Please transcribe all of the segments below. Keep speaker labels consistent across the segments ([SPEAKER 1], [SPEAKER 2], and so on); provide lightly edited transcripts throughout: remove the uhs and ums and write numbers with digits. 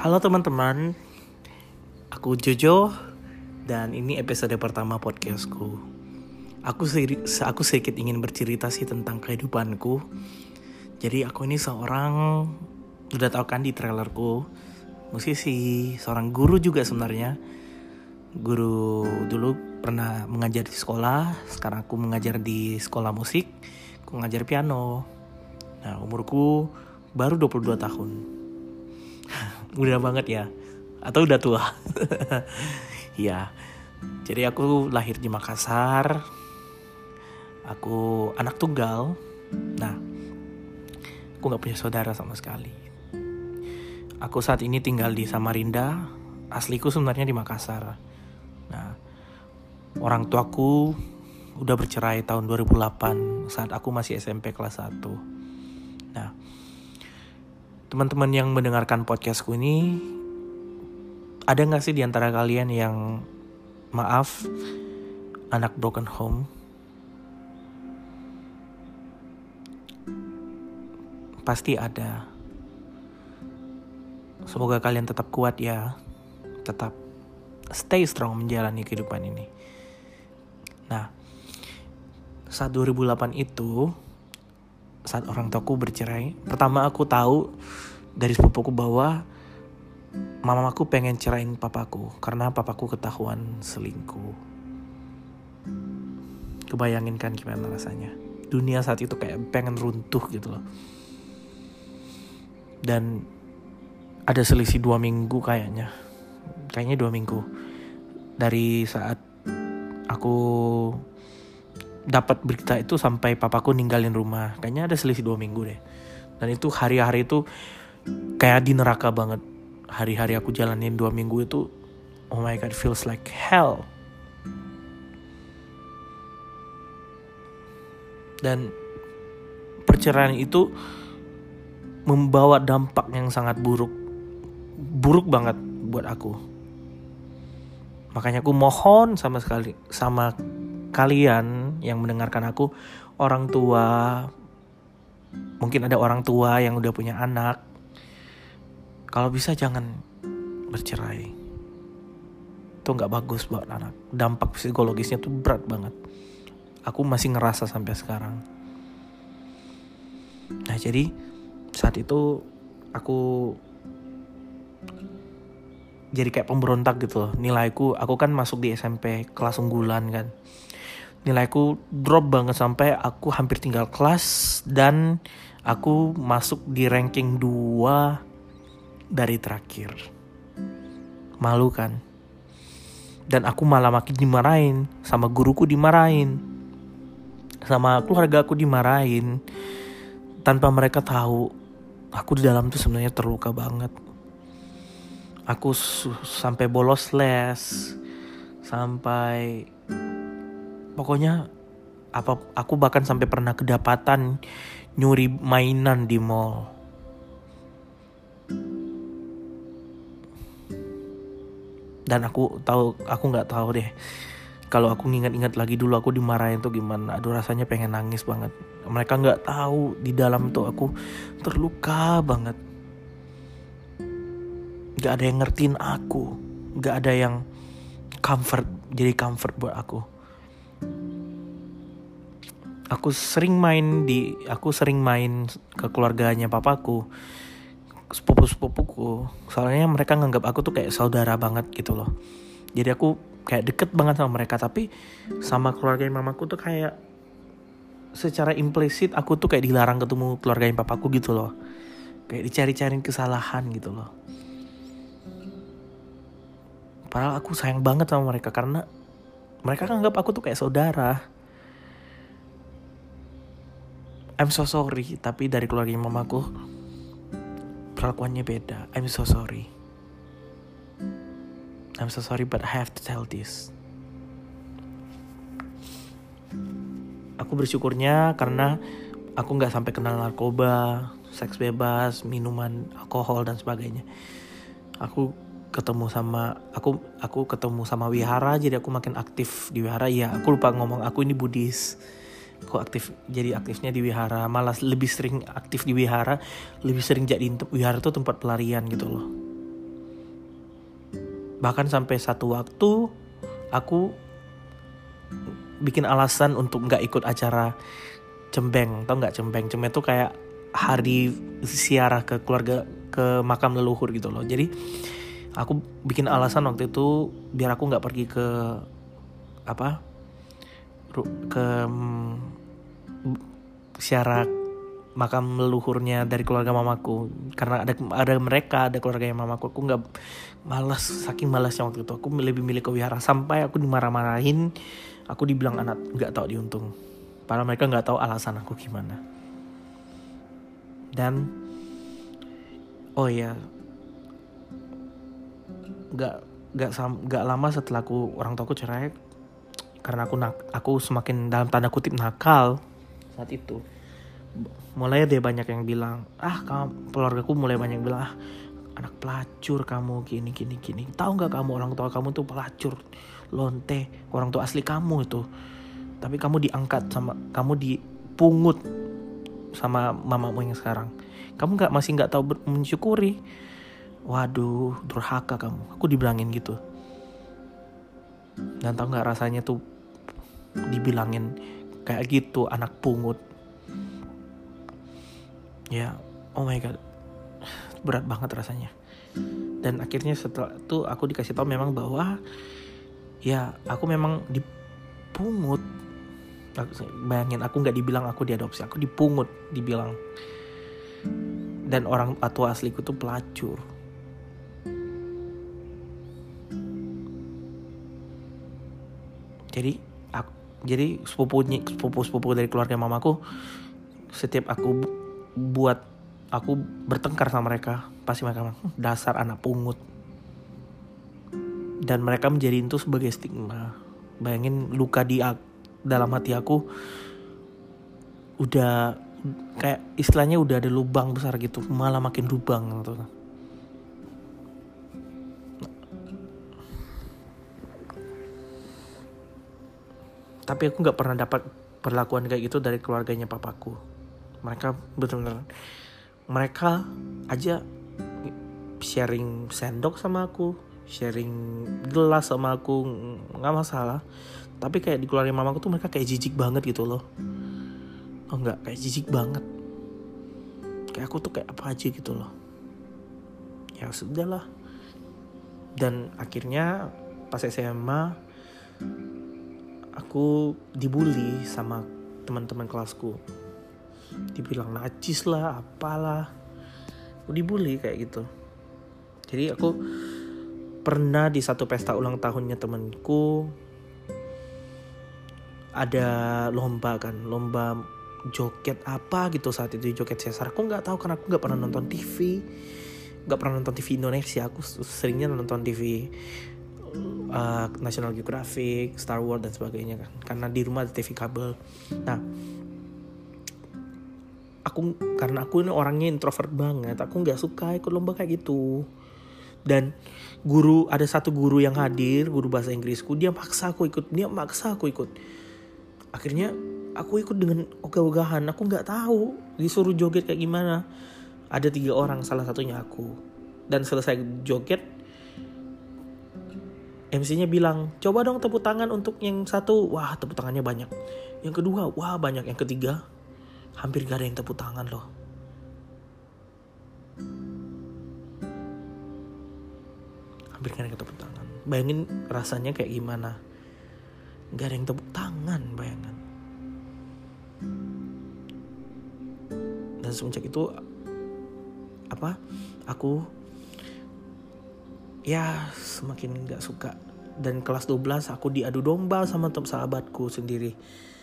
[SPEAKER 1] Halo teman-teman, aku Jojo dan ini episode pertama podcastku. Aku sedikit ingin bercerita sih tentang kehidupanku. Jadi aku ini seorang, udah tau kan di trailerku, musisi, seorang guru juga sebenarnya. Guru dulu pernah mengajar di sekolah, sekarang aku mengajar di sekolah musik, aku ngajar piano. Nah, umurku baru 22 tahun. Mudah banget ya, atau udah tua. Ya, jadi aku lahir di Makassar. Aku anak tunggal. Nah, aku gak punya saudara sama sekali. Aku saat ini tinggal di Samarinda. Asliku sebenarnya di Makassar. Nah, orang tuaku udah bercerai tahun 2008 saat aku masih SMP kelas 1. Nah, teman-teman yang mendengarkan podcastku ini, ada gak sih di antara kalian yang maaf anak broken home? Pasti ada. Semoga kalian tetap kuat ya, tetap stay strong menjalani kehidupan ini. Nah, saat 2008 itu, saat orang tuaku bercerai, pertama aku tahu dari sepupuku bahwa mamaku pengen cerain papaku karena papaku ketahuan selingkuh. Kebayangin kan gimana rasanya? Dunia saat itu kayak pengen runtuh gitu loh. Dan ada selisih 2 minggu kayaknya 2 minggu dari saat aku dapat berita itu sampai papaku ninggalin rumah. Kayaknya ada selisih 2 minggu deh. Dan itu hari-hari itu kayak di neraka banget. Hari-hari aku jalanin 2 minggu itu, oh my god, feels like hell. Dan perceraian itu membawa dampak yang sangat buruk banget buat aku. Makanya aku mohon sama kalian yang mendengarkan aku, orang tua, mungkin ada orang tua yang udah punya anak, kalau bisa jangan bercerai. Itu gak bagus buat anak. Dampak psikologisnya tuh berat banget. Aku masih ngerasa sampai sekarang. Nah, jadi saat itu aku jadi kayak pemberontak gitu loh. Nilaiku, aku kan masuk di SMP kelas unggulan kan. Nilaiku drop banget sampai aku hampir tinggal kelas. Dan aku masuk di ranking 2 dari terakhir. Malu kan. Dan aku malah makin dimarahin. Sama guruku dimarahin. Sama keluarga aku dimarahin. Tanpa mereka tahu, aku di dalam tuh sebenarnya terluka banget. Aku sampai bolos les, sampai pokoknya aku bahkan sampai pernah kedapatan nyuri mainan di mall. Dan aku nggak tahu deh. Kalau aku ingat-ingat lagi dulu aku dimarahin tuh gimana. Aduh, rasanya pengen nangis banget. Mereka nggak tahu di dalam tuh aku terluka banget. Gak ada yang ngertiin aku. Gak ada yang jadi comfort buat aku. Aku sering main ke keluarganya papaku, sepupu-sepupuku. Soalnya mereka nganggap aku tuh kayak saudara banget gitu loh. Jadi aku kayak deket banget sama mereka. Tapi sama keluarganya mamaku tuh kayak secara implisit aku tuh kayak dilarang ketemu keluarganya papaku gitu loh. Kayak dicari-cariin kesalahan gitu loh. Padahal aku sayang banget sama mereka karena mereka kan anggap aku tuh kayak saudara. I'm so sorry, tapi dari keluarga mamaku perlakuannya beda. I'm so sorry but I have to tell this. Aku bersyukurnya karena aku gak sampai kenal narkoba, seks bebas, minuman, alkohol dan sebagainya. Aku ketemu sama wihara, jadi aku makin aktif di wihara. Ya, aku lupa ngomong, aku ini Buddhis. Aku aktifnya di wihara, malah lebih sering aktif di wihara, lebih sering jadi wihara tuh tempat pelarian gitu loh. Bahkan sampai satu waktu aku bikin alasan untuk gak ikut acara cembeng. Tau gak cembeng? Cembeng itu kayak hari ziarah ke keluarga, ke makam leluhur gitu loh. Jadi aku bikin alasan waktu itu biar aku gak pergi ke ziarah makam leluhurnya dari keluarga mamaku, karena ada mereka, ada keluarganya mamaku. Aku nggak, saking malasnya waktu itu aku lebih milih ke wihara, sampai aku dimarah-marahin, aku dibilang anak nggak tahu diuntung, padahal mereka nggak tahu alasan aku gimana. Dan oh ya, nggak lama setelah orang tuaku cerai, karena aku semakin dalam tanda kutip nakal saat itu. Mulai dia banyak yang bilang, keluargaku mulai banyak yang bilang, anak pelacur kamu, gini. Tahu nggak kamu orang tua kamu tuh pelacur, lonte, orang tua asli kamu itu. Tapi kamu kamu dipungut sama mamamu yang sekarang. Kamu masih nggak tahu mensyukuri. Waduh, durhaka kamu. Aku dibilangin gitu. Dan tahu nggak rasanya tuh dibilangin kayak gitu, anak pungut. Ya, oh my god, berat banget rasanya. Dan akhirnya setelah itu aku dikasih tahu memang bahwa ya aku memang dipungut. Bayangin, aku nggak dibilang aku diadopsi, aku dipungut, dibilang. Dan orang tua asliku tuh pelacur. Jadi sepupu dari keluarga mamaku, setiap aku bertengkar sama mereka, pasti mereka bilang, dasar anak pungut. Dan mereka menjadiin itu sebagai stigma. Bayangin, luka di dalam hati aku udah kayak istilahnya udah ada lubang besar gitu, malah makin lubang gitu. Tapi aku gak pernah dapat perlakuan kayak gitu dari keluarganya papaku. Mereka benar-benar, mereka aja sharing sendok sama aku, sharing gelas sama aku, gak masalah. Tapi kayak di keluarga mamaku tuh mereka kayak jijik banget gitu loh. Oh enggak, kayak jijik banget. Kayak aku tuh kayak apa aja gitu loh. Ya sudahlah. Dan akhirnya pas SMA aku dibully sama teman-teman kelasku. Dibilang najis lah, apalah. Aku dibully kayak gitu. Jadi aku pernah di satu pesta ulang tahunnya temanku, ada lomba joget apa gitu saat itu, joget sesar. Aku nggak tahu karena aku nggak pernah nonton TV, Indonesia. Aku seringnya nonton TV National Geographic, Star Wars dan sebagainya kan, karena di rumah ada TV kabel. Nah, karena aku ini orangnya introvert banget, aku nggak suka ikut lomba kayak gitu. Dan ada satu guru yang hadir, guru bahasa Inggrisku, dia maksa aku ikut. Akhirnya aku ikut dengan ogah-ogahan. Aku nggak tahu disuruh joget kayak gimana. Ada 3 orang, salah satunya aku. Dan selesai joget, MC-nya bilang, coba dong tepuk tangan untuk yang satu. Wah, tepuk tangannya banyak. Yang kedua, wah banyak. Yang ketiga, hampir gak ada yang tepuk tangan loh. Hampir gak ada yang tepuk tangan. Bayangin rasanya kayak gimana. Gak ada yang tepuk tangan, bayangin. Dan semenjak itu aku ya semakin gak suka. Dan kelas 12 aku diadu domba sama sahabatku sendiri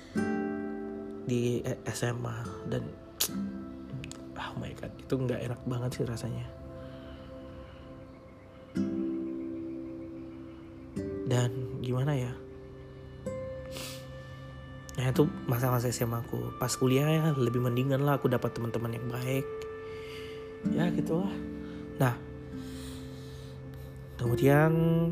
[SPEAKER 1] di SMA. Dan oh my god, itu gak enak banget sih rasanya. Dan gimana ya, nah itu masa-masa SMA aku. Pas kuliah ya lebih mendingan lah, aku dapat teman-teman yang baik. Ya gitu lah. Nah, kemudian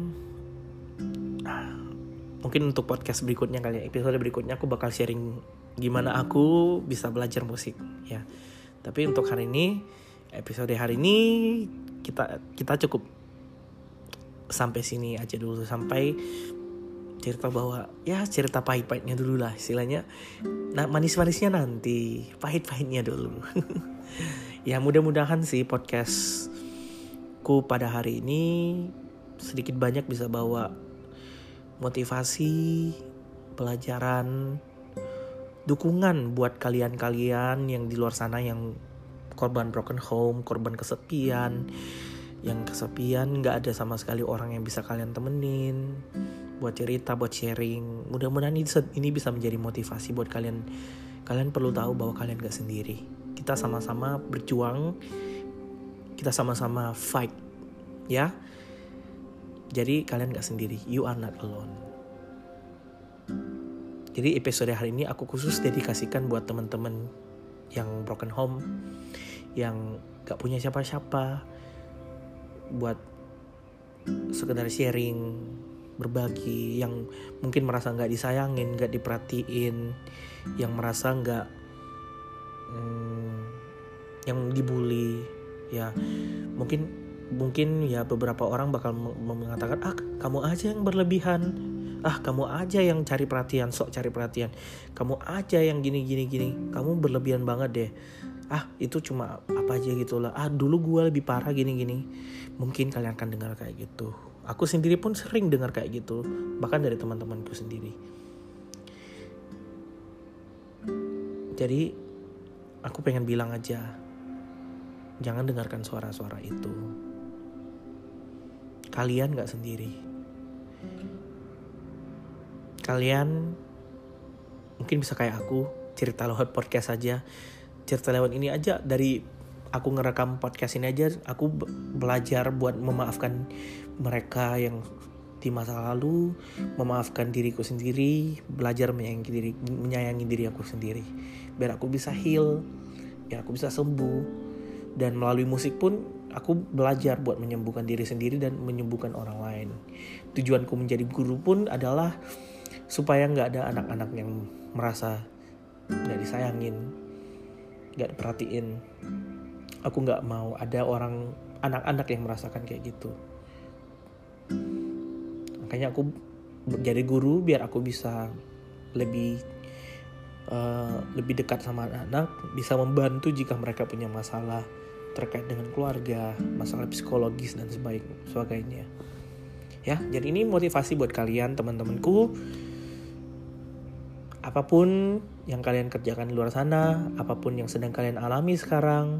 [SPEAKER 1] mungkin untuk podcast berikutnya kali ya, episode berikutnya aku bakal sharing gimana aku bisa belajar musik ya. Tapi untuk hari ini, episode hari ini kita cukup sampai sini aja dulu, sampai cerita bahwa ya cerita pahit-pahitnya dulu lah istilahnya. Nah, manis-manisnya nanti, pahit-pahitnya dulu. Ya mudah-mudahan sih podcastku pada hari ini sedikit banyak bisa bawa motivasi, pelajaran, dukungan buat kalian-kalian yang di luar sana yang korban broken home, korban kesepian, yang kesepian gak ada sama sekali orang yang bisa kalian temenin, buat cerita, buat sharing. Mudah-mudahan ini bisa menjadi motivasi buat kalian. Kalian perlu tahu bahwa kalian gak sendiri. Kita sama-sama berjuang, kita sama-sama fight, ya. Jadi kalian gak sendiri, you are not alone. Jadi episode hari ini aku khusus dedikasikan buat teman-teman yang broken home, yang gak punya siapa-siapa, buat sekedar sharing, berbagi, yang mungkin merasa gak disayangin, gak diperhatiin, yang merasa gak yang dibully, ya mungkin ya beberapa orang bakal mengatakan, kamu aja yang berlebihan, kamu aja yang cari perhatian, sok cari perhatian, kamu aja yang gini, kamu berlebihan banget deh, itu cuma apa aja gitu lah, dulu gue lebih parah gini. Mungkin kalian akan dengar kayak gitu. Aku sendiri pun sering dengar kayak gitu, bahkan dari teman-temanku sendiri. Jadi aku pengen bilang aja, jangan dengarkan suara-suara itu. Kalian gak sendiri. Kalian mungkin bisa kayak aku, cerita lewat podcast aja. Cerita lewat ini aja, dari aku ngerekam podcast ini aja, aku belajar buat memaafkan mereka yang di masa lalu, memaafkan diriku sendiri, belajar menyayangi diri aku sendiri, biar aku bisa heal, biar aku bisa sembuh. Dan melalui musik pun aku belajar buat menyembuhkan diri sendiri dan menyembuhkan orang lain. Tujuanku menjadi guru pun adalah supaya gak ada anak-anak yang merasa gak disayangin, gak diperhatiin. Aku gak mau ada anak-anak yang merasakan kayak gitu. Makanya aku jadi guru biar aku bisa lebih dekat sama anak-anak, bisa membantu jika mereka punya masalah terkait dengan keluarga, masalah psikologis dan sebagainya. Ya, jadi ini motivasi buat kalian teman-temanku. Apapun yang kalian kerjakan di luar sana, apapun yang sedang kalian alami sekarang,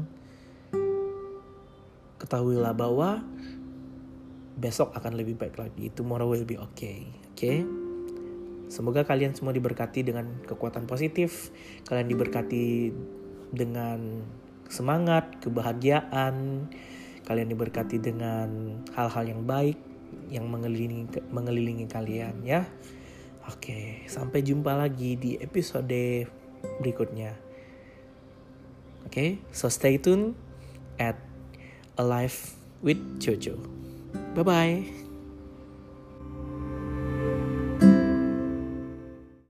[SPEAKER 1] ketahuilah bahwa besok akan lebih baik lagi. Tomorrow will be okay. Okay? Semoga kalian semua diberkati dengan kekuatan positif, kalian diberkati dengan semangat, kebahagiaan, kalian diberkati dengan hal-hal yang baik yang mengelilingi kalian, ya. Oke, sampai jumpa lagi di episode berikutnya. Oke, so stay tune at Alive with Jojo. Bye-bye.